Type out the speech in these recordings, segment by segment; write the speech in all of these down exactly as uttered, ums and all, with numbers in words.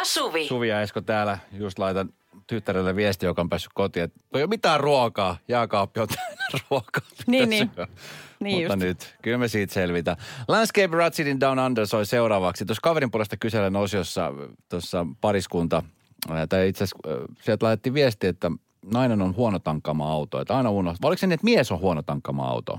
ja Suvi. Suvi ja Esko täällä. Just laitan tyttärelle viesti, joka on päässyt kotiin, että ei ole mitään ruokaa. Jääkaappi on täynnä ruokaa. Niin, niin. Niin Mutta just. nyt, kyllä me siitä selvitään. Landscape Ratsetin Down Under soi seuraavaksi. Tuossa kaverin puolesta kyselen osiossa tuossa pariskunta, tai itse asiassa sieltä laitettiin viesti, että nainen on huono tankkaamaan autoa. Että aina unohtaa. Vai oliko se niin, että mies on huono tankkaamaan autoa?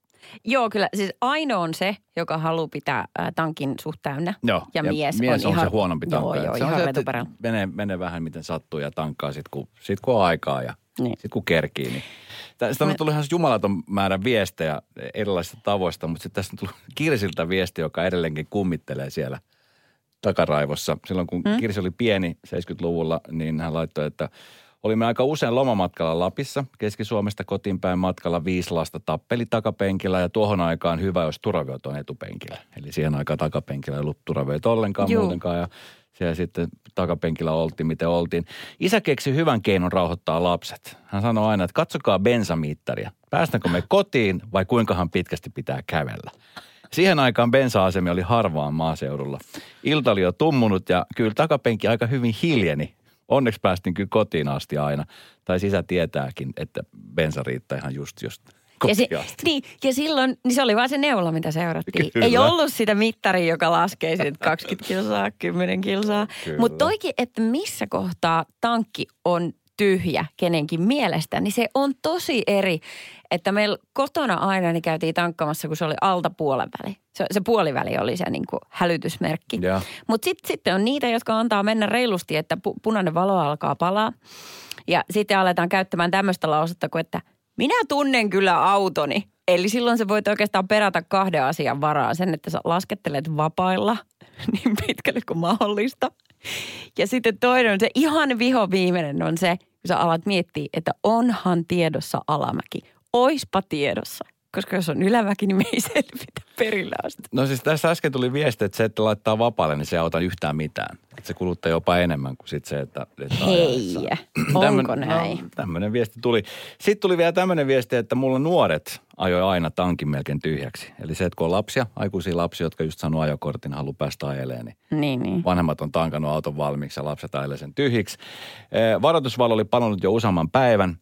Joo, kyllä. Siis Aino on se, joka haluaa pitää ä, tankin suht täynnä. Joo. Ja, ja mies, mies on, on ihan, se huonompi tankkaaja. Joo, joo, se ihan on se, retuperällä. menee, menee vähän miten sattuu ja tankkaa sit kun, sit kun on aikaa ja niin. sit kun kerkii. Niin. Tästä on tullut ihan jumalaton määrä viestejä erilaisista tavoista, mutta sitten tästä on tullut Kirsiltä viesti, joka edelleenkin kummittelee siellä takaraivossa. Silloin kun hmm? Kirsi oli pieni seitsemänkymmentäluvulla, niin hän laittoi, että olimme aika usein lomamatkalla Lapissa, Keski-Suomesta kotiin päin matkalla viisi lasta tappeli takapenkillä ja tuohon aikaan hyvä, jos turavyöt on etupenkillä. Eli siihen aikaan takapenkillä ei ollut turavyöt ollenkaan Juu. muutenkaan ja siellä sitten takapenkillä oltiin, miten oltiin. Isä keksi hyvän keinon rauhoittaa lapset. Hän sanoi aina, että katsokaa bensamittaria. Päästäänkö me kotiin vai kuinkahan pitkästi pitää kävellä? Siihen aikaan bensa-asemi oli harvaan maaseudulla. Ilta oli jo tummunut ja kyllä takapenki aika hyvin hiljeni. Onneksi päästiin kyllä kotiin asti aina. Tai sisä tietääkin, että bensa riittää ihan just just kotiin ja asti. Si- niin, ja silloin, niin se oli vaan se neula, mitä seurattiin. Kyllä. Ei ollut sitä mittaria, joka laskee sitten kaksikymmentä kilsaa, kymmenen kilsaa. Mutta toikin, että missä kohtaa tankki on tyhjä kenenkin mielestä, niin se on tosi eri, että meillä kotona aina niin käytiin tankkaamassa, kun se oli alta puolen väli. Se, se puoliväli oli se niin kuin hälytysmerkki. Mutta sitten sit on niitä, jotka antaa mennä reilusti, että pu, punainen valo alkaa palaa. Ja sitten aletaan käyttämään tämmöistä lausetta kuin, että minä tunnen kyllä autoni. Eli silloin sä voit oikeastaan perätä kahden asian varaan. Sen, että sä laskettelet vapailla niin pitkälle kuin mahdollista. Ja sitten toinen on se ihan vihoviimeinen on se, kun sä alat miettiä, että onhan tiedossa alamäki. Oispa tiedossa. Koska jos on ylämäki, niin me ei selvitä perillä asti. No siis tässä äsken tuli viesti, että se, että laittaa vapaalle, niin se ei auta yhtään mitään. Että se kuluttaa jopa enemmän kuin sit se, että... että Hei, onko Tämmönen, näin? No, tämmöinen viesti tuli. Sitten tuli vielä tämmöinen viesti, että mulla nuoret ajoi aina tankin melkein tyhjäksi. Eli se, että kun on lapsia, aikuisia lapsia, jotka just sanoo ajokortin, haluaa päästä ajelemaan, niin, niin, niin vanhemmat on tankannut auton valmiiksi ja lapset ajelee sen tyhjiksi. Eh, varoitusvalo oli palannut jo useamman päivän.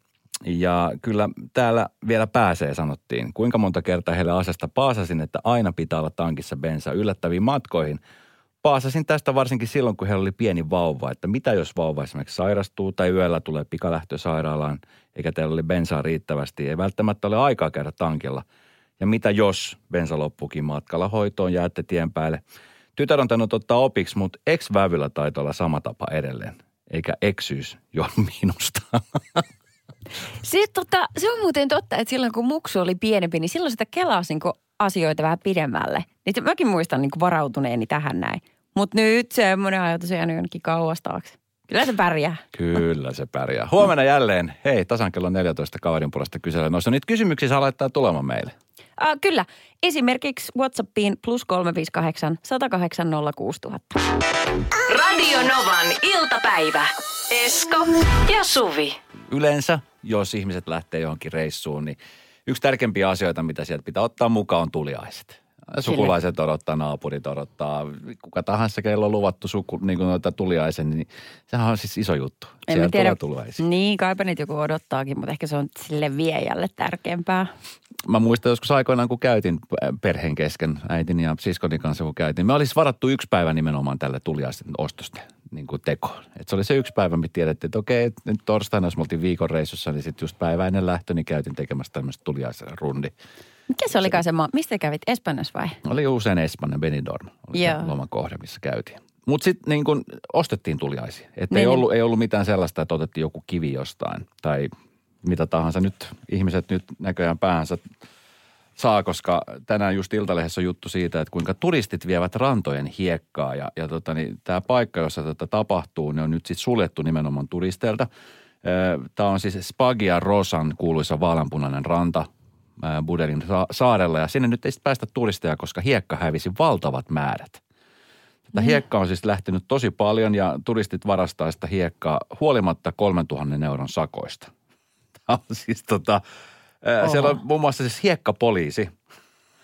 Ja kyllä täällä vielä pääsee, sanottiin. Kuinka monta kertaa heille asiasta paasasin, että aina pitää olla tankissa bensa yllättäviin matkoihin. Paasasin tästä varsinkin silloin, kun heillä oli pieni vauva, että mitä jos vauva esimerkiksi sairastuu tai yöllä tulee pikalähtö sairaalaan, eikä teillä oli bensaa riittävästi. Ei välttämättä ole aikaa käydä tankilla. Ja mitä jos bensa loppuukin matkalla hoitoon, jäätte tien päälle. Tytär on tainnut ottaa opiksi, mutta ex-vävyllä taitaa olla sama tapa edelleen. Eikä eksyys jo minusta. Se, tota, se on muuten totta, että silloin kun muksu oli pienempi, niin silloin sitä kelasi niin asioita vähän pidemmälle. Niin mäkin muistan niin varautuneeni tähän näin. Mutta nyt semmoinen ajatus on jäänyt jonnekin kauas taakse. Kyllä se pärjää. Kyllä se pärjää. Huomenna jälleen, hei, tasan kello neljätoista kaverin puolesta kysellä. Noissa niitä kysymyksiä saa laittaa tulemaan meille. Äh, kyllä. Esimerkiksi WhatsAppiin plus kolme viisi kahdeksan, sata kahdeksan, nolla kuusi tuhatta. Radio Novan iltapäivä. Esko ja Suvi. Yleensä, jos ihmiset lähtee johonkin reissuun, niin yksi tärkeimpiä asioita, mitä sieltä pitää ottaa mukaan, on tuliaiset. Sukulaiset odottaa, naapurit odottaa, kuka tahansa, kello on luvattu suku, niin kuin noita tuliaisen, niin sehän on siis iso juttu. En Siellä tiedä, tuliaisia. niin kaipa niitä joku odottaakin, mutta ehkä se on sille viejälle tärkeämpää. Mä muistan joskus aikoinaan, kun käytin perheen kesken, äitini ja siskoni kanssa kun käytin. Me olisi varattu yksi päivä nimenomaan tälle tuliaisten ostosten niin kuin tekoon. Et se oli se yksi päivä, me tiedettiin, että okei, nyt torstaina, jos me oltiin viikon reissussa, niin sitten just päivä ennen lähtö, niin käytin tekemässä tämmöistä tuliaisen rundi. Mikä se olikaan se maa? Mistä kävit? Espanjassa vai? Oli usein Espanja, Benidorm. Oli se lomakohde, missä käytiin. Mutta sitten niin kun ostettiin tuliaisia. Että niin, ei, ollut, ei ollut mitään sellaista, että otettiin joku kivi jostain tai mitä tahansa. Nyt ihmiset nyt näköjään päänsä saa, koska tänään just Iltalehdessä on juttu siitä, että kuinka turistit vievät rantojen hiekkaa. Ja, ja tota, niin, tämä paikka, jossa tätä tapahtuu, niin on nyt sitten suljettu nimenomaan turisteilta. Tämä on siis Spagia Rosan kuuluisa vaaleanpunainen ranta Buderin saarella. Ja sinne nyt ei sitten päästä turisteja, koska hiekka hävisi valtavat määrät. Tätä hiekkaa on siis lähtenyt tosi paljon ja turistit varastaa sitä hiekkaa huolimatta kolmentuhannen euron sakoista. Tämä on siis tota, Oho. Siellä on muun muassa siis hiekkapoliisi,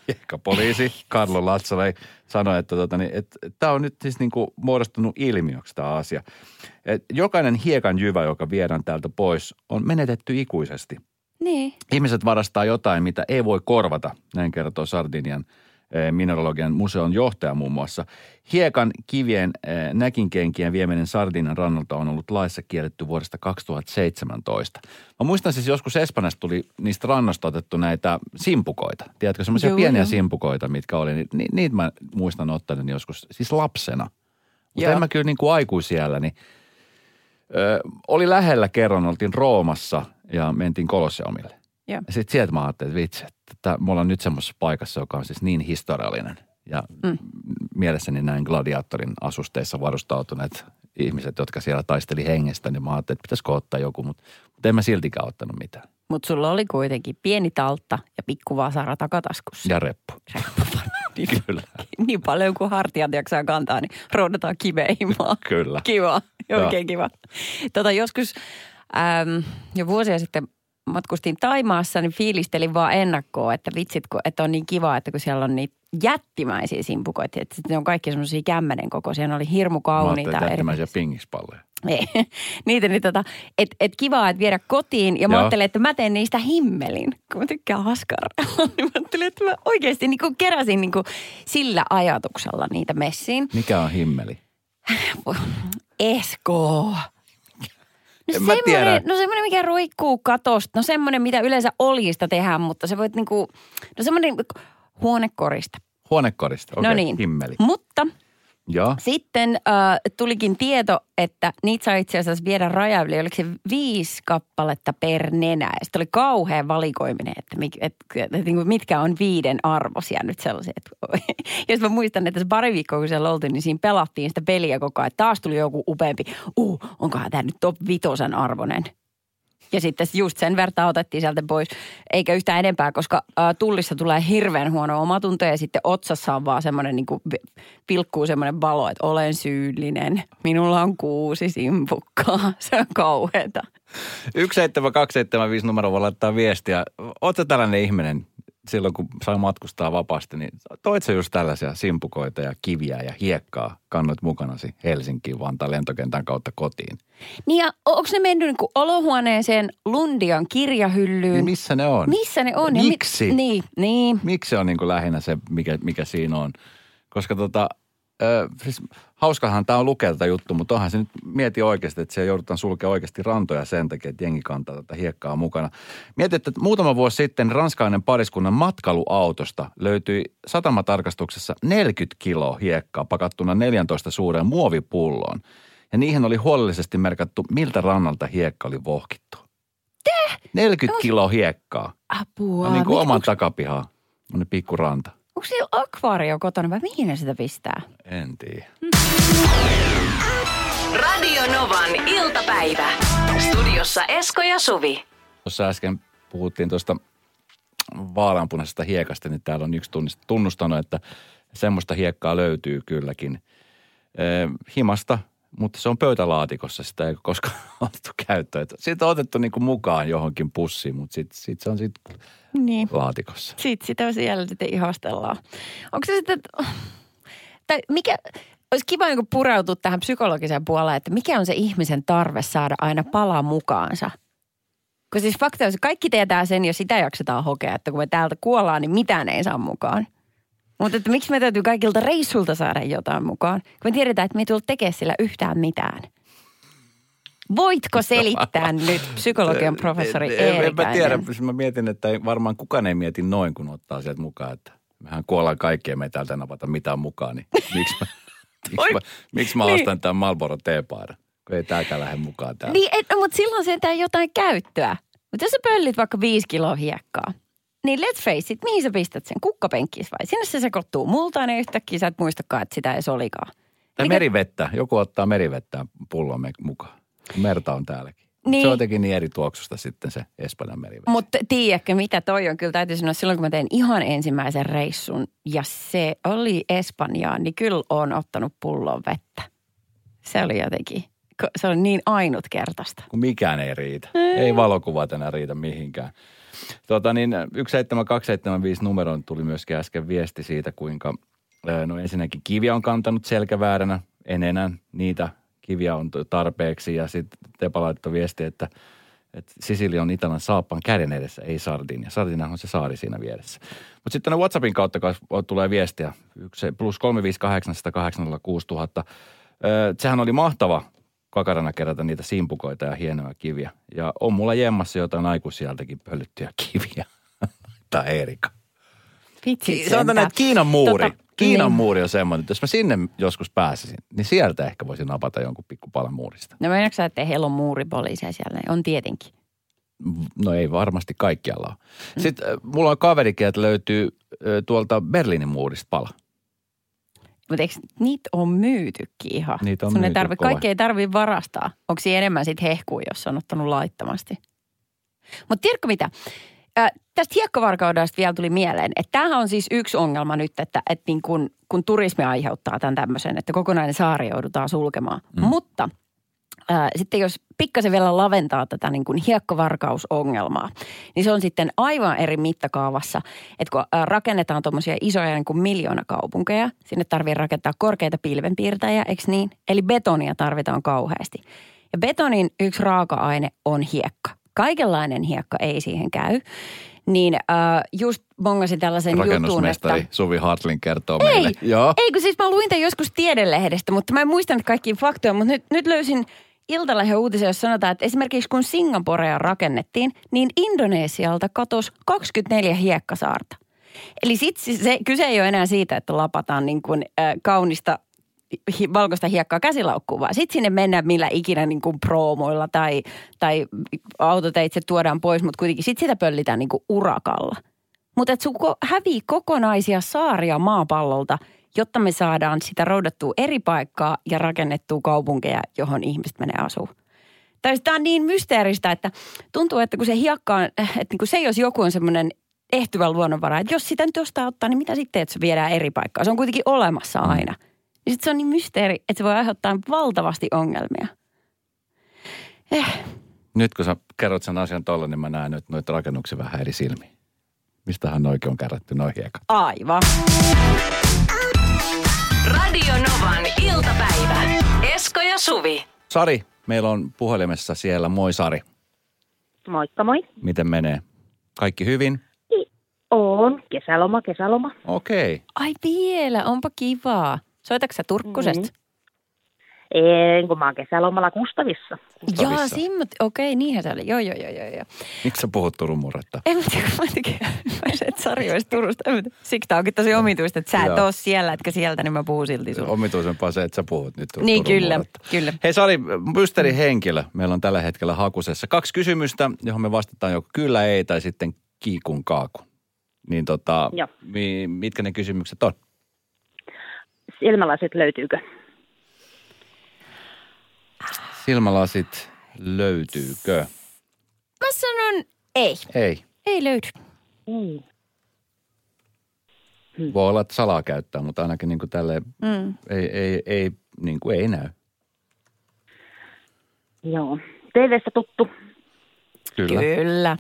Ehkä poliisi Karlo Latsalei sanoi, että tota, niin, et, tämä on nyt siis niin kuin muodostunut ilmiöksi tämä asia. Et jokainen hiekan jyvä, joka viedään täältä pois, on menetetty ikuisesti. Niin. Ihmiset varastaa jotain, mitä ei voi korvata, näin kertoo Sardinian mineralogian museon johtaja muun muassa. Hiekan, kivien, näkinkenkien vieminen Sardinian rannalta on ollut laissa kielletty vuodesta kaksituhattaseitsemäntoista. Mä muistan siis joskus Espanjasta tuli niistä rannoista otettu näitä simpukoita. Tiedätkö, semmoisia Joo, pieniä jo. simpukoita, mitkä oli. Ni, ni, niitä mä muistan ottanut joskus, siis lapsena. Mutta Joo. en mä kyllä niin kuin aikuisiellä, niin ö, oli lähellä kerran, oltiin Roomassa ja mentiin Kolosseumille. Joo. Ja sitten sieltä mä ajattelin, että vitsi, että me ollaan nyt semmoisessa paikassa, joka on siis niin historiallinen. Ja mm. mielessäni näin gladiaattorin asusteissa varustautuneet ihmiset, jotka siellä taisteli hengestä, niin mä ajattelin, että pitäisikö ottaa joku, mutta, mutta en mä siltikään ottanut mitään. Mutta sulla oli kuitenkin pieni taltta ja pikku vasara takataskussa. Ja reppu. Niin, Kyllä. niin paljon kuin hartiat jaksaa kantaa, niin roudataan kiveimaa. Kyllä. Kiva, Joo. oikein kiva. Tota, joskus äm, jo vuosia sitten matkustin Taimaassa, niin fiilistelin vaan ennakkoon, että vitsit, kun, että on niin kiva, että kun siellä on niitä jättimäisiä simpukoita, että ne on kaikki semmoisia kämmenen kokoisia, ne oli hirmu Mä kauniita. ajattelin jättimäisiä pingispalloja. Ei, niitä niin tota, että et kivaa, että viedä kotiin. Ja mä Joo. ajattelin, että mä teen niistä himmelin, kun mä tykkään haskarella. Niin mä ajattelin, että mä oikeasti niin kuin keräsin niin kuin sillä ajatuksella niitä messiin. Mikä on himmeli? Esko. No En mä tiedä. semmoinen, no semmoinen, mikä roikkuu katosta. No semmoinen, mitä yleensä oljista tehdään, mutta se voit niinku, no semmoinen huonekorista. Huonekorista, okei, No niin. himmeli. Mutta Joo. sitten äh, tulikin tieto, että niitä saa itse asiassa viedä raja yli. Oliko se viisi kappaletta per nenä? Ja sitten oli kauhean valikoiminen, että, mit, et, että, että mitkä on viiden arvoisia nyt sellaisia. Että, jos mä muistan, että se pari viikkoa kun siellä oltiin, niin siinä pelattiin sitä peliä koko ajan. Taas tuli joku upeampi. Uh, onkohan tämä nyt top vitosen arvoinen? Ja sitten just sen vertaa otettiin sieltä pois, eikä yhtään enempää, koska ä, tullissa tulee hirveän huono omatunto ja sitten otsassa on vaan semmoinen niin kuin pilkkuu semmoinen valo, että olen syyllinen. Minulla on kuusi simpukkaa. Se on kauheata. yksi seitsemän kaksi seitsemän viisi numero voi laittaa viestiä. Ootko tällainen ihminen silloin, kun saa matkustaa vapaasti, niin toit sä just tällaisia simpukoita ja kiviä ja hiekkaa kannoit mukanasi Helsinkiin Vantaan lentokentän kautta kotiin? Niin ja onko ne mennyt niin kuin olohuoneeseen Lundian kirjahyllyyn? Niin missä ne on? Missä ne on? Miksi? Ja mi- niin, niin. Miksi se on niin kuin lähinnä se, mikä, mikä siinä on? Koska tota, ö, siis hauskahan tämä on lukea tätä juttu, mutta onhan se nyt mieti oikeasti, että siellä joudutaan sulkea oikeasti rantoja sen takia, että jengi kantaa tätä hiekkaa mukana. Mieti, että muutama vuosi sitten ranskalainen pariskunnan matkailuautosta löytyi satamatarkastuksessa neljäkymmentä kiloa hiekkaa pakattuna neljätoista suureen muovipulloon. Ja niihin oli huolellisesti merkattu, miltä rannalta hiekka oli vohkittu. Täh? neljäkymmentä kiloa hiekkaa. Apua. On niin kuin Mit- oman onks- takapihaa. On pikku ranta. Onko siellä akvaario kotona vai mihin ne sitä pistää? En tiedä. Radio Novan iltapäivä. Studiossa Esko ja Suvi. Tuossa äsken puhuttiin tuosta vaaleanpunaisesta hiekasta, niin täällä on yksi tunnustanut, että semmoista hiekkaa löytyy kylläkin eh, himasta, mutta se on pöytälaatikossa, sitä ei koskaan otettu käyttöön. Siitä on otettu niinku mukaan johonkin pussiin, mutta sitten sit se on sitten Niin. laatikossa. Sitten sitä siellä sitten ihastellaan. Onko se sitten, tai mikä, olisi kiva niin pureutua tähän psykologiseen puoleen, että mikä on se ihmisen tarve saada aina pala mukaansa? Kun siis fakta on, että kaikki tietää sen ja sitä jaksetaan hokea, että kun me täältä kuollaan, niin mitään ei saa mukaan. Mutta että miksi me täytyy kaikilta reissulta saada jotain mukaan, kun me tiedetään, että me ei tule tekemään sillä yhtään mitään. Voitko selittää nyt psykologian professori En, en, en mä Eerikäinen? tiedä, mä mietin, että ei, varmaan kukaan ei mieti noin, kun ottaa sieltä mukaan, että mehän kuollaan kaikkea, me ei täältä napata mitään mukaan, niin miksi mä, miksi mä, miksi mä Niin. ostan tämän Marlboro teepaidan, kun ei tääkään lähde mukaan täällä. Niin, et, no, mutta silloin se ei jotain käyttöä. Mutta jos sä pöllit vaikka viisi kiloa hiekkaa, niin let's face it, mihin sä pistät sen? Kukkapenkkiis vai? Sinne se sekoittuu multaan ja yhtäkkiä sä et muistakaan, että sitä ei olikaan. Tai Mikä- merivettä, joku ottaa merivettä pullon me- mukaan. Merta on täälläkin. Niin. Se on jotenkin niin eri tuoksusta sitten se Espanjan merivesi. Mutta tiedätkö mitä toi on? Kyllä täytyy sanoa, silloin kun mä tein ihan ensimmäisen reissun ja se oli Espanjaan, niin kyllä on ottanut pullon vettä. Se oli jotenkin, se oli niin ainutkertaista. Kun mikään ei riitä. Ei, ei valokuvat enää riitä mihinkään. Tuota niin, yksi seitsemän kaksi seitsemän viisi numeroon tuli myöskin äsken viesti siitä, kuinka no ensinnäkin kiviä on kantanut selkävääränä. En enää niitä kiviä on tarpeeksi. Ja sitten Tepa laittoi viesti, että, että Sisilia on Italan saappaan käden edessä, ei Sardinia. Sardinia on se saari siinä vieressä. Mutta sitten tuonne WhatsAppin kautta tulee viestiä. Yksi plus kolme viisi kahdeksan kahdeksan nolla kuusi tuhatta. Sehän oli mahtava kakarana kerätä niitä simpukoita ja hienoja kiviä. Ja on mulla jemmassa jotain aikuisialtakin pölyttyjä kiviä. Tai Erika. Vitsi. Sanotaan, että Kiinan muuri. Tota, Kiinan niin. muuri on semmoinen, että jos mä sinne joskus pääsisin, niin sieltä ehkä voisin napata jonkun pikkupalan muurista. No meinaatko sä, että heillä on muuripoliiseja siellä? On tietenkin. No ei varmasti kaikkialla ole. Mm. Sitten äh, mulla on kaverikin, että löytyy äh, tuolta Berliinin muurista pala. Mutta eikö niitä on myytykin ihan? Niitä on Sun ei myyty tarvi, kova. kaikki ei tarvitse varastaa. Onko siinä enemmän sit hehkua, jos on ottanut laittomasti? Mutta tiedätkö mitä? Äh, tästä hiekkavarkaudesta vielä tuli mieleen, että tämähän on siis yksi ongelma nyt, että, että niin kun, kun turismi aiheuttaa tämän tämmöisen, että kokonainen saari joudutaan sulkemaan. Mm. Mutta äh, sitten jos pikkasen vielä laventaa tätä niin kuin hiekkavarkausongelmaa, niin se on sitten aivan eri mittakaavassa, että kun äh, rakennetaan tuommoisia isoja niin kuin miljoonakaupunkeja, sinne tarvitsee rakentaa korkeita pilvenpiirtäjiä, eikö niin? Eli betonia tarvitaan kauheasti. Ja betonin yksi raaka-aine on hiekka. Kaikenlainen hiekka ei siihen käy. Niin äh, just bongasin tällaisen jutun, että... Rakennusmestari Suvi Hartlin kertoo ei, meille. Joo. Ei, kun siis mä luin tämän joskus Tiedelehdestä, mutta mä en muistanut kaikkia faktoja, mutta nyt, nyt löysin Iltalehden uutisen, jossa sanotaan, että esimerkiksi kun Singaporea rakennettiin, niin Indonesialta katosi kaksikymmentäneljä hiekkasaarta. Eli sitten se, kyse ei ole enää siitä, että lapataan niin kuin äh, kaunista hi, valkoista hiekkaa käsilaukkuun, vaan sitten sinne mennään millä ikinä niin kuin proomoilla tai, tai autoteitse tuodaan pois, mutta kuitenkin sitten sitä pöllitään niin kuin urakalla. Mutta että sun hävii kokonaisia saaria maapallolta, jotta me saadaan sitä roudattua eri paikkaa ja rakennettua kaupunkeja, johon ihmiset menee asuu. Tämä on niin mysteeristä, että tuntuu, että kun se hiekka on, että kun se jos joku on semmoinen ehtyvä luonnonvara, että jos sitä nyt jostain ottaa, niin mitä sitten, että se viedään eri paikkaan? Se on kuitenkin olemassa aina. Ja sitten se on niin mysteeri, että se voi aiheuttaa valtavasti ongelmia. Eh. Nyt kun sä kerrot sen asian tolla, niin mä näen nyt noita rakennuksia vähän eri silmiin. Mistähän oikein on kärrätty noi hiekat? Aivan. Radio Novan iltapäivä. Esko ja Suvi. Sari, meillä on puhelimessa siellä. Moi Sari. Moikka moi. Miten menee? Kaikki hyvin? On. Kesäloma, kesäloma. Okei. Okay. Ai vielä, onpa kivaa. Soitatko sä Turkkusesta? Mm-hmm. En, kun mä oon kesälomalla Kustavissa. Jaa, Simmot, okei, okay, niinhän se oli. Joo, joo, joo, joo. joo. Miksi sä puhut Turun murretta? En mä tiedä, mä jotenkin, että Sari olisi Turusta. Siksi tää onkin tosi omituista, että sä et oo siellä, etkä sieltä, niin mä puhun silti sun. Omituisempaa se, että sä puhut nyt Turun Niin, kyllä, murretta. kyllä. Hei Sari, mysteerihenkilö. Meillä on tällä hetkellä hakusessa kaksi kysymystä, johon me vastataan joko kyllä, ei tai sitten kiikun kaakun. Niin tota, mi, mitkä ne kysymykset on? Silmälasit löytyykö? Silmälasit löytyykö? Mä sanon ei. Ei. Ei löydy. Mm. Voi olla, että salaa käyttää, mutta ainakin niin kuin tälleen Mm. ei, ei, ei, niin kuin ei näy. Joo. T V:stä tuttu. Kyllä. Kyllä.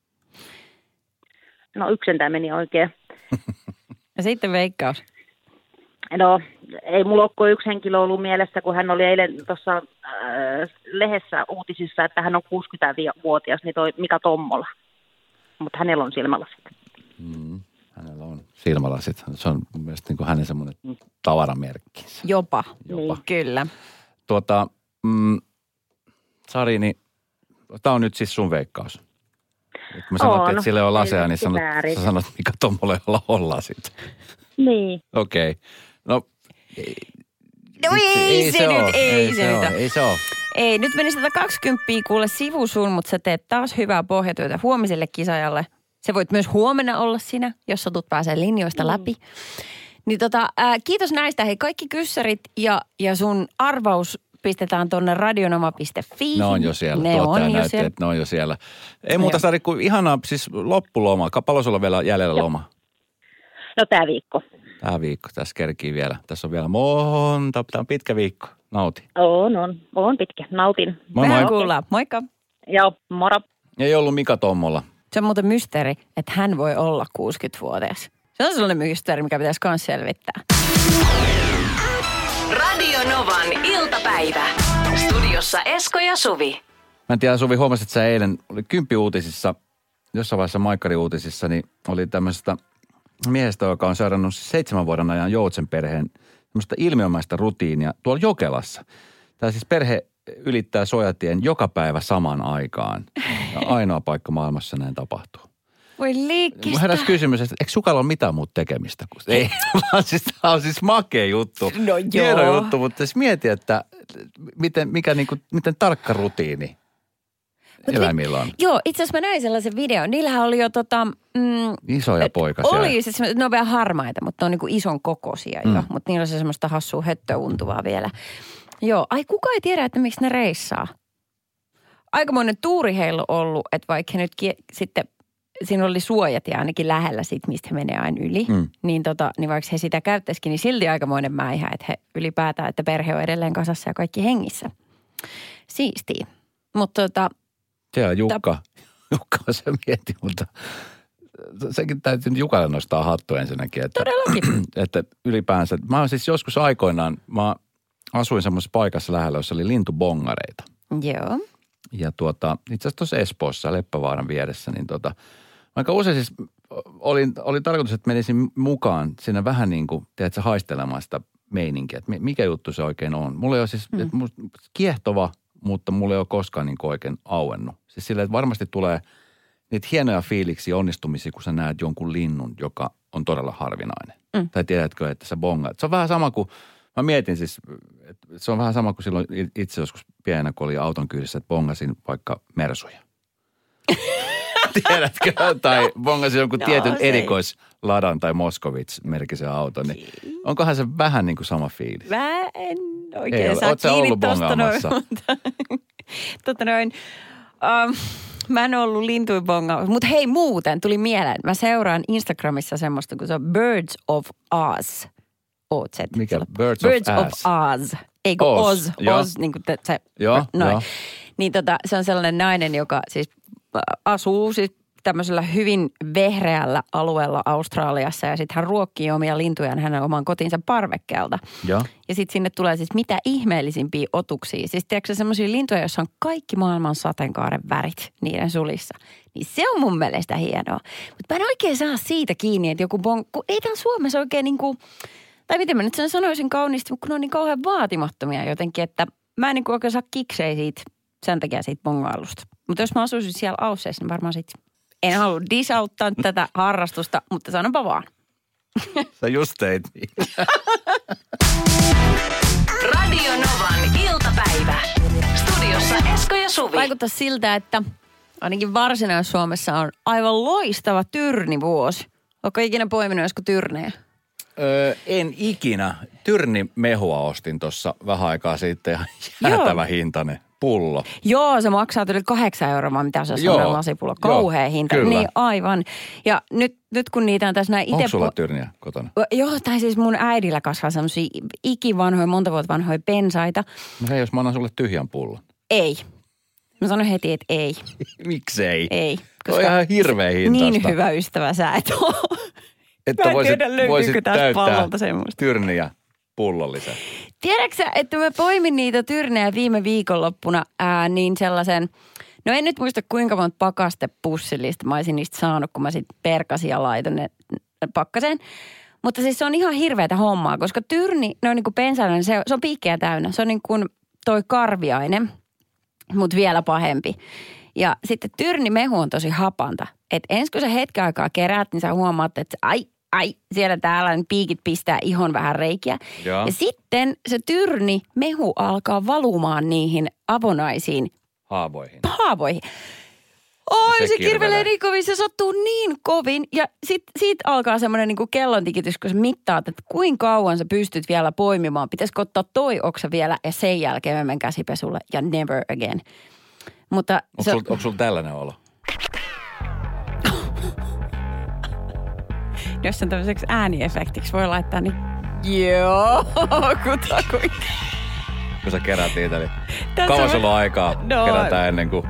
No yksin tämä meni oikein. Ja sitten veikkaus. No, ei mulla ole kuin yksi henkilö ollut mielessä, kun hän oli eilen tuossa äh, lehdessä uutisissa, että hän on kuusikymmentävuotias, niin toi Mika Tommola. Mutta hänellä on silmälasit. Mm, hänellä on silmälasit. Se on mun mielestä niin kuin hänen semmoinen tavaramerkkinsä. Jopa. Jopa. Niin. Kyllä. Tuota, mm, Sari, niin tämä on nyt siis sun veikkaus. Et kun mä sanottiin, On. että sillä ei ole laseja, niin sanot, väärin. sä sanot Mika Tommola, jolla on lasit. Niin. Okei. Okay. No, No ei, se nyt, ei, ei se se nyt. ole, ei se ole. Ei, nyt meni sata kaksikymmentä kuule sivusuun, mutta sä teet taas hyvää pohjatyötä huomiselle kisajalle. Se voit myös huomenna olla sinä, jos satut pääsee linjoista läpi. Niin tota, ää, kiitos näistä. Hei, kaikki kyssärit ja, ja sun arvaus pistetään tonne radionoma piste fi. Ne on jo siellä. Ne on jo näytti, siellä. että ne on jo siellä. Ei muuta, Sari, kuin ihanaa, siis loppuloma. Paljon sulla on vielä jäljellä Joo. loma? No tämä viikko. Tämä viikko, tässä kerkii vielä. Tässä on vielä monta, tämä on pitkä viikko. Nauti. On, on. On pitkä. Nautin. Moi Vähän moi. kuullaan. Moikka. Joo, moro. Ei ollut Mika Tommola. Se on muuten mysteeri, että hän voi olla kuusikymmentävuotias. Se on sellainen mysteeri, mikä pitäisi myös selvittää. Radio Novan iltapäivä. Studiossa Esko ja Suvi. Mä en tiedä, Suvi, huomasit, että sä eilen oli Kymppi-uutisissa, jossain vaiheessa Maikkari-uutisissa, niin oli tämmöisestä miehestä, joka on seurannut seitsemän vuoden ajan Joutsen perheen tämmöistä ilmiömäistä rutiinia tuolla Jokelassa. Tämä siis perhe ylittää Suojatien joka päivä samaan aikaan. Ja ainoa paikka maailmassa näin tapahtuu. Voi liikkistä. Mä heräsi kysymys, että eikö sukalla ole mitään muuta tekemistä? Ei, vaan siis tämä on siis makea juttu. No joo. Hieno juttu, mutta siis mieti, että miten, mikä niinku, miten tarkka rutiini eläimillä on. Joo, itse asiassa mä näin sellaisen videon. Niillähän oli jo tota... Mm, isoja poikasia. Oli, siis ne on vähän harmaita, mutta ne on niinku ison kokoisia mm. jo. Mutta niillä on se semmoista hassua höttöuntuvaa vielä. Joo, ai kuka ei tiedä, että miksi ne reissaa. Aikamoinen tuuri heillä on ollut, että vaikka he nyt kie- sitten... Siinä oli suojat ja ainakin lähellä siitä, mistä he menee aina yli. Mm. Niin, tota, niin vaikka he sitä käyttäisikin, niin silti aikamoinen mäihä, että he ylipäätään, että perhe on edelleen kasassa ja kaikki hengissä. Siistii. Mutta tota... Siellä Jukka, ta- Jukka se mieti, mutta sekin täytyy Jukalle nostaa hattu ensinnäkin. Että, todellakin. Että ylipäänsä, mä oon siis joskus aikoinaan, mä asuin semmoisessa paikassa lähellä, jossa oli lintubongareita. Joo. Ja tuota, itse asiassa tuossa Espoossa, Leppävaaran vieressä, niin tota, aika usein siis oli, oli tarkoitus, että menisin mukaan siinä vähän niin kuin, tiedätkö, haistelemaan sitä meininkiä, että mikä juttu se oikein on. Mulla ei ole siis, mm. että musta kiehtova, mutta mulla ei ole koskaan niin kuin oikein auennut. Siis silleen, että varmasti tulee niitä hienoja fiiliksiä, onnistumisia, kun sä näet jonkun linnun, joka on todella harvinainen. Mm. Tai tiedätkö, että sä bongaat. Se on vähän sama kuin, mä mietin siis, että se on vähän sama kuin silloin itse joskus pienenä, kun oli auton kyydissä, että bongasin vaikka mersuja. Tiedätkö? Tai bongasin jonkun no, tietyn se. erikoisladan tai Moskovits-merkisen auton. Niin onkohan se vähän niin kuin sama fiilis? Mä en oikein Ei, saa kiinni tosta noin. Totta noin. Um, mä en ollut lintuin bongaamassa. Mutta hei muuten, tuli mieleen. Mä seuraan Instagramissa semmoista, kun se on Birds of Oz. Oz. Mikä? Birds, Birds of, of Oz. Eikö Oz? Oz, Oz niin kuin se. Joo, noin. jo. Niin tota, se on sellainen nainen, joka siis asuu siis tämmöisellä hyvin vehreällä alueella Australiassa ja sitten hän ruokkii omia lintujaan hänen oman kotinsa parvekkeelta. Ja, ja sitten sinne tulee siis mitä ihmeellisimpiä otuksia. Siis tiedätkö semmoisia lintuja, joissa on kaikki maailman sateenkaaren värit niiden sulissa. Niin se on mun mielestä hienoa. Mutta mä en oikein saa siitä kiinni, että joku bon... Kun ei täällä Suomessa oikein niinku... Tai miten mä nyt sen sanoisin kauniisti, mutta kun ne on niin kauhean vaatimattomia jotenkin, että mä en niin kuin oikein saa kiksei siitä, sen takia siitä bongailusta. Mutta jos mä asuisin siellä Ausseissa, niin varmaan sitten en halua disauttaa tätä harrastusta, mutta sanonpa vaan. Sä just teit niin. Radio Novan iltapäivä. Studiossa Esko ja Suvi. Vaikuttaa siltä, että ainakin Varsinais-Suomessa on aivan loistava tyrnivuosi. Oletko ikinä poiminut joskus tyrnejä? Öö, en ikinä. Tyrnimehua ostin tuossa vähän aikaa sitten ja jäätävä hintainen pullo. Joo, se maksaa yli kahdeksan euroa, mitä se on sellainen lasipullo. Kauhea joo, hinta. Kyllä. Niin aivan. Ja nyt, nyt kun niitä on tässä näin itse... Onko sulla tyrniä kotona? Joo, tai siis mun äidillä kasvaa semmosia ikivanhoja, monta vuotta vanhoja pensaita. No hei, jos mä annan sulle tyhjän pullon. Ei. Mä sanon heti, että ei. Miksei? Ei. Koska on ihan hirveä hintaista. Niin hyvä ystävä sä et ole. Että mä en voisit, tiedä, voisit täyttää semmoista tyrniä pullollisen. Tiedätkö sä, että mä poimin niitä tyrnejä viime viikonloppuna ää, niin sellaisen, no en nyt muista kuinka monta pakastepussillista mä olisin niistä saanut, kun mä sit perkasin ja laitoin ne pakkaseen. Mutta siis se on ihan hirveätä hommaa, koska tyrni, ne on niin kuin pensainen, se, se on piikkejä täynnä. Se on niin kuin toi karviainen, mutta vielä pahempi. Ja sitten tyrnimehu on tosi hapanta. Että ensin kun sä hetken aikaa keräät, niin sä huomaat, että ai, ai, siellä täällä niin piikit pistää ihon vähän reikiä. Ja, ja sitten se tyrnimehu alkaa valumaan niihin avonaisiin haavoihin. Haavoihin. Oi, se, se kirvelee niin kovin, se sattuu niin kovin. Ja sitten siitä alkaa semmoinen niin kuin kellontikitys, kun sä mittaat, että kuinka kauan sä pystyt vielä poimimaan. Pitäisikö ottaa toi oksa vielä ja sen jälkeen mä menen käsipesulle ja never again. Mutta onko, se... sul, onko sulla tällainen olo? Jos sen tämmöiseksi ääniefektiksi voi laittaa, niin joo, kutakuinkin. Kun sä kerät niitä, niin kauan sulla on aikaa no, kerätään ennen kuin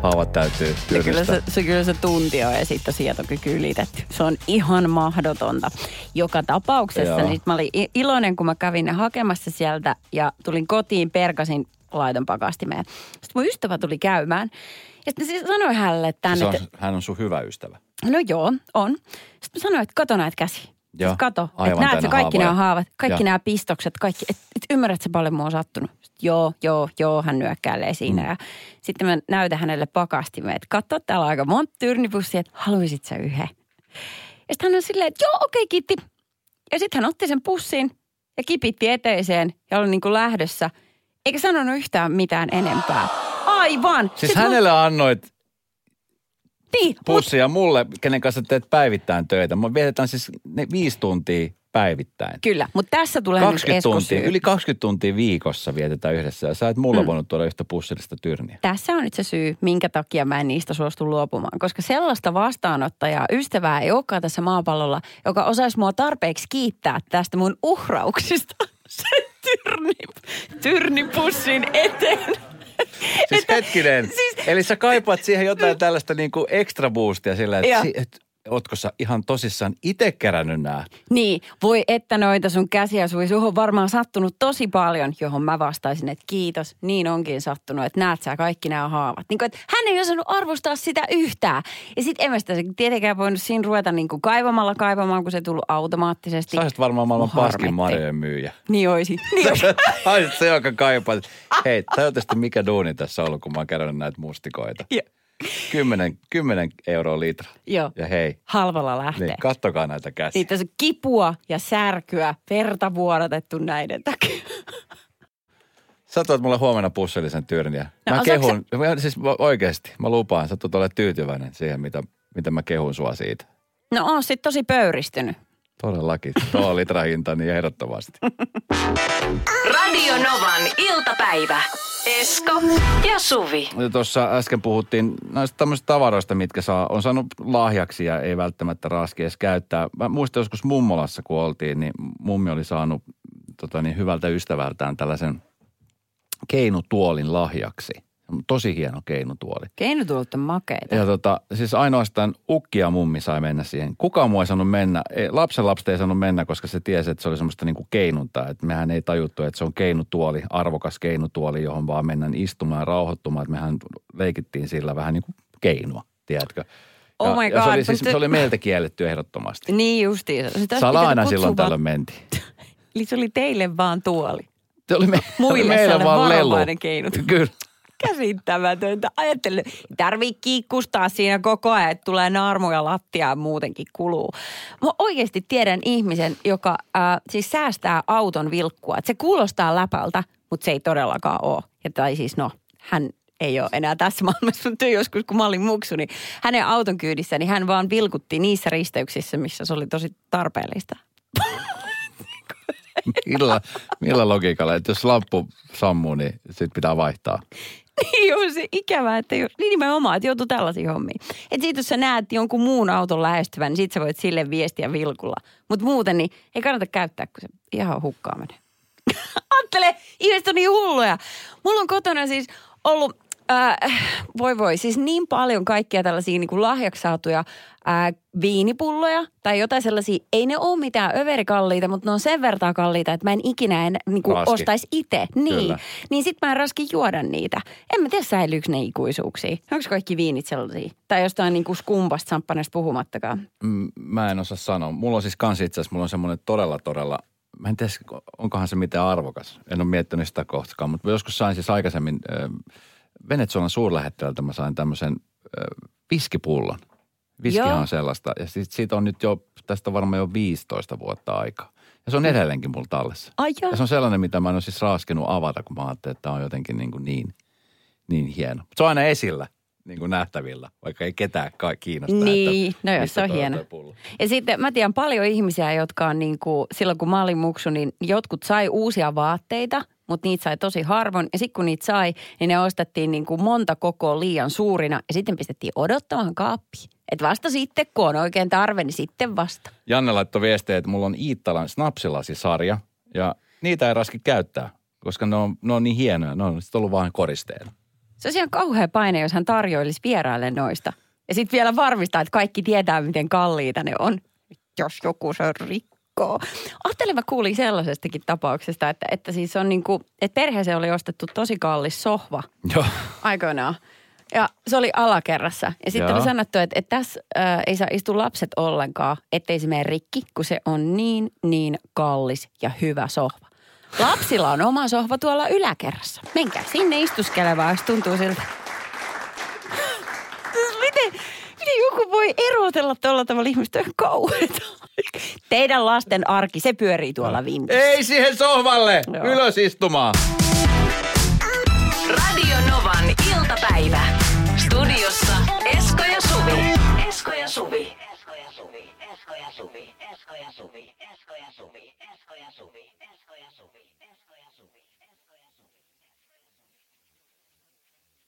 haavat täytyy Se kyllä, tyrnistää. se, se kyllä se tunti on ja sitten sietokyky ylitetty. Se on ihan mahdotonta. Joka tapauksessa niin mä olin iloinen, kun mä kävin ne hakemassa sieltä ja tulin kotiin, perkasin laiton pakastimeen. Sitten mun ystävä tuli käymään ja sitten se sanoi hänelle tänne. Se on, että, hän on sun hyvä ystävä. no joo, on. Sitten mä sanoin, että kato näitä käsiä. Joo, Sitten kato, että aivan näet sä täynnä kaikki haavoja. nämä haavat, kaikki Ja. nämä pistokset, kaikki. Että et ymmärrät sä paljon mua on sattunut. Sitten, joo, joo, joo, hän nyökkäilee siinä. Mm. Ja sitten mä näytän hänelle pakastimeen, että katso, täällä on aika monta tyrnipussia, että haluisit sä yhden. Ja sitten hän on silleen, että joo, okei, okay, kiitti. Ja sitten hän otti sen pussin ja kipitti eteiseen ja oli niin kuin lähdössä. Eikä sanonut yhtään mitään enempää. Aivan. Siis Sitten hänelle mä... annoit niin, pussia mulle, kenen kanssa teet päivittäin töitä. Me vietetään siis ne viisi tuntia päivittäin. Kyllä, mutta tässä tulee nyt kaksikymmentä Esko tuntia, syy. yli kaksikymmentä tuntia viikossa vietetään yhdessä. Ja sä et mulla Mm. voinut tuoda yhtä pussillista tyrniä. Tässä on nyt se syy, minkä takia mä en niistä suostu luopumaan. Koska sellaista vastaanottajaa, ystävää ei olekaan tässä maapallolla, joka osaisi mua tarpeeksi kiittää tästä mun uhrauksista sen tyrni, tyrnipussin eteen. Siis Että- hetkinen. siis- Eli sä kaipaat siihen jotain tällaista niinku extra boostia sillä, Joo. että si- et, ootko sä ihan tosissaan itse kerännyt nää? Niin, voi että noita sun käsiä sui. Suhun on varmaan sattunut tosi paljon, johon mä vastaisin, että kiitos, niin onkin sattunut, että näet sä kaikki nämä haavat. Niin kuin, että hän ei osannut arvostaa sitä yhtään. Ja sit en mä sitä tietenkään voinut siinä ruveta niin kuin kaivamalla kaivamaan, kun se tullut automaattisesti. Sä olisit varmaan maailman Mua paskin harmitti. marjojen myyjä. Niin oisin. Niin oisin. Olisit se, joka kaipaa. Hei, tajuisesti mikä duuni tässä on ollut, kun mä oon kerännyt näitä mustikoita. Joo. Kymmenen, kymmenen euroa litra. Joo. Ja hei, Halvalla lähtee. niin kattokaa näitä käsiä. Niin tässä kipua ja särkyä, verta vuodatettu näiden takia. Sä tuot mulle huomenna pussillisen tyrniä. No, Mä osaatko kehun, siis oikeasti, mä lupaan, sä tulet olemaan tyytyväinen siihen, mitä, mitä mä kehun sua siitä. No on sit tosi pöyristynyt. Todellakin. Tuo on litrahinta niin ehdottomasti. Radio Novan iltapäivä. Esko ja Suvi. Tuossa äsken puhuttiin näistä tämmöisistä tavaroista, mitkä saa, on saanut lahjaksi ja ei välttämättä raski edes käyttää. Mä muistan joskus mummolassa, kun oltiin, niin mummi oli saanut tota niin, hyvältä ystävältään tällaisen keinutuolin lahjaksi. Tosi hieno keinutuoli. Keinutuolit on makeita. Ja tota, siis ainoastaan ukki ja mummi sai mennä siihen. Kukaan muu ei saanut mennä. Ei, lapsen lapset ei saanut mennä, koska se tiesi, että se oli semmoista niinku keinuntaa. Että mehän ei tajuttu, että se on keinutuoli, arvokas keinutuoli, johon vaan mennään istumaan ja rauhoittumaan. Että mehän leikittiin sillä vähän niin kuin keinua, tiedätkö? Ja, Oh my ja se, oli, God, siis, mutta- se oli meiltä kielletty ehdottomasti. Niin justiin. Sitä olisi Salaina pitänyt silloin kutsua tällöin mentiin. vaan- Eli se oli teille vaan tuoli. Se oli me, Muille meillä sellainen vaan lelu. varovainen keinut. Kyllä. Käsittämätöntä. Ajattelen, tarvii kiikkustaa siinä koko ajan, että tulee naarmuja lattiaan muutenkin kuluu. Mä oikeasti tiedän ihmisen, joka äh, siis säästää auton vilkkua. Et se kuulostaa läpältä, mutta se ei todellakaan ole. Ja tai siis no, hän ei ole enää tässä maailmassa, mutta joskus kun mä olin muksu, niin hänen auton kyydissä, niin hän vaan vilkutti niissä risteyksissä, missä se oli tosi tarpeellista. Millä, millä logiikalla, että jos lamppu sammuu, niin sit pitää vaihtaa. Niin on se ikävää, että jo, niin nimenomaan, että joutuu tällaisiin hommiin. Että siitä jos sä näet jonkun muun auton lähestyvän, niin sit sä voit sille viestiä vilkulla. Mutta muuten niin ei kannata käyttää, kun se ihan hukkaa menee. Ajattele, ihmiset on niin hulluja. Mulla on kotona siis ollut, äh, voi voi, siis niin paljon kaikkia tällaisia niin kuin lahjaksi saatuja äh, viinipulloja tai jotain sellaisia. Ei ne ole mitään överikalliita, mutta ne on sen verran kalliita, että mä en ikinä en, niin kuin Raski. ostaisi itse. Niin, Kyllä. niin sit mä en raski juoda niitä. En mä tiedä säilyykö ne ikuisuuksia. Onko kaikki viinit sellaisia? Tai jostain niin kuin skumpasta, samppanesta puhumattakaan. Mm, Mä en osaa sanoa. Mulla on siis kans itse asiassa, mulla on semmoinen todella, todella, mä en tiedä, onkohan se mitään arvokas. En ole miettinyt sitä kohtakaan, mutta joskus sain siis aikaisemmin äh, Venezuelan suurlähettiläältä mä sain tämmöisen äh, viskipullon. Viskihan Joo. on sellaista. Ja sit, siitä on nyt jo, tästä varmaan jo viisitoista vuotta aikaa. Ja se on edelleenkin mulla tallessa. Ai joo. Ja se on sellainen, mitä mä en ole siis raskenut avata, kun mä ajattelin, että tämä on jotenkin niin, kuin niin, niin hieno. Se on aina esillä, niin kuin nähtävillä, vaikka ei ketään kai kiinnosta. Niin, että no jos mistä se on toi hieno. toi pullo. Ja sitten mä tiedän paljon ihmisiä, jotka on niin kuin, silloin kun mä olin muksu, niin jotkut sai uusia vaatteita, mutta niitä sai tosi harvoin. Ja sitten kun niitä sai, niin ne ostettiin niin kuin monta kokoa liian suurina ja sitten pistettiin odottamaan kaappiin. Että vasta sitten, kun on oikein tarve, niin sitten vasta. Janne laittoi viestejä, että mulla on Iittalan snapsilasisarja ja niitä ei raski käyttää, koska ne on, ne on niin hienoja. Ne on sitten ollut vain koristeena. Se on ihan kauhea paine, jos hän tarjoilisi vieraille noista. Ja sitten vielä varmistaa, että kaikki tietää, miten kalliita ne on, jos joku se rikkoo. Ajattelen, mä kuulin sellaisestakin tapauksesta, että, että siis on niin kuin, että perheeseen oli ostettu tosi kallis sohva Joo. aikoinaan. Ja se oli alakerrassa. Ja sitten Joo. oli sanottu, että, että tässä äh, ei saa istua lapset ollenkaan, ettei se mene rikki, kun se on niin, niin kallis ja hyvä sohva. Lapsilla on oma sohva tuolla yläkerrassa. Menkää sinne istuskelemaan, jos tuntuu siltä. Miten, miten joku voi erotella tuolla tavalla ihmistä? On kauheeta. Teidän lasten arki, se pyörii tuolla vintissä. Ei siihen sohvalle! Joo. Ylös istumaan!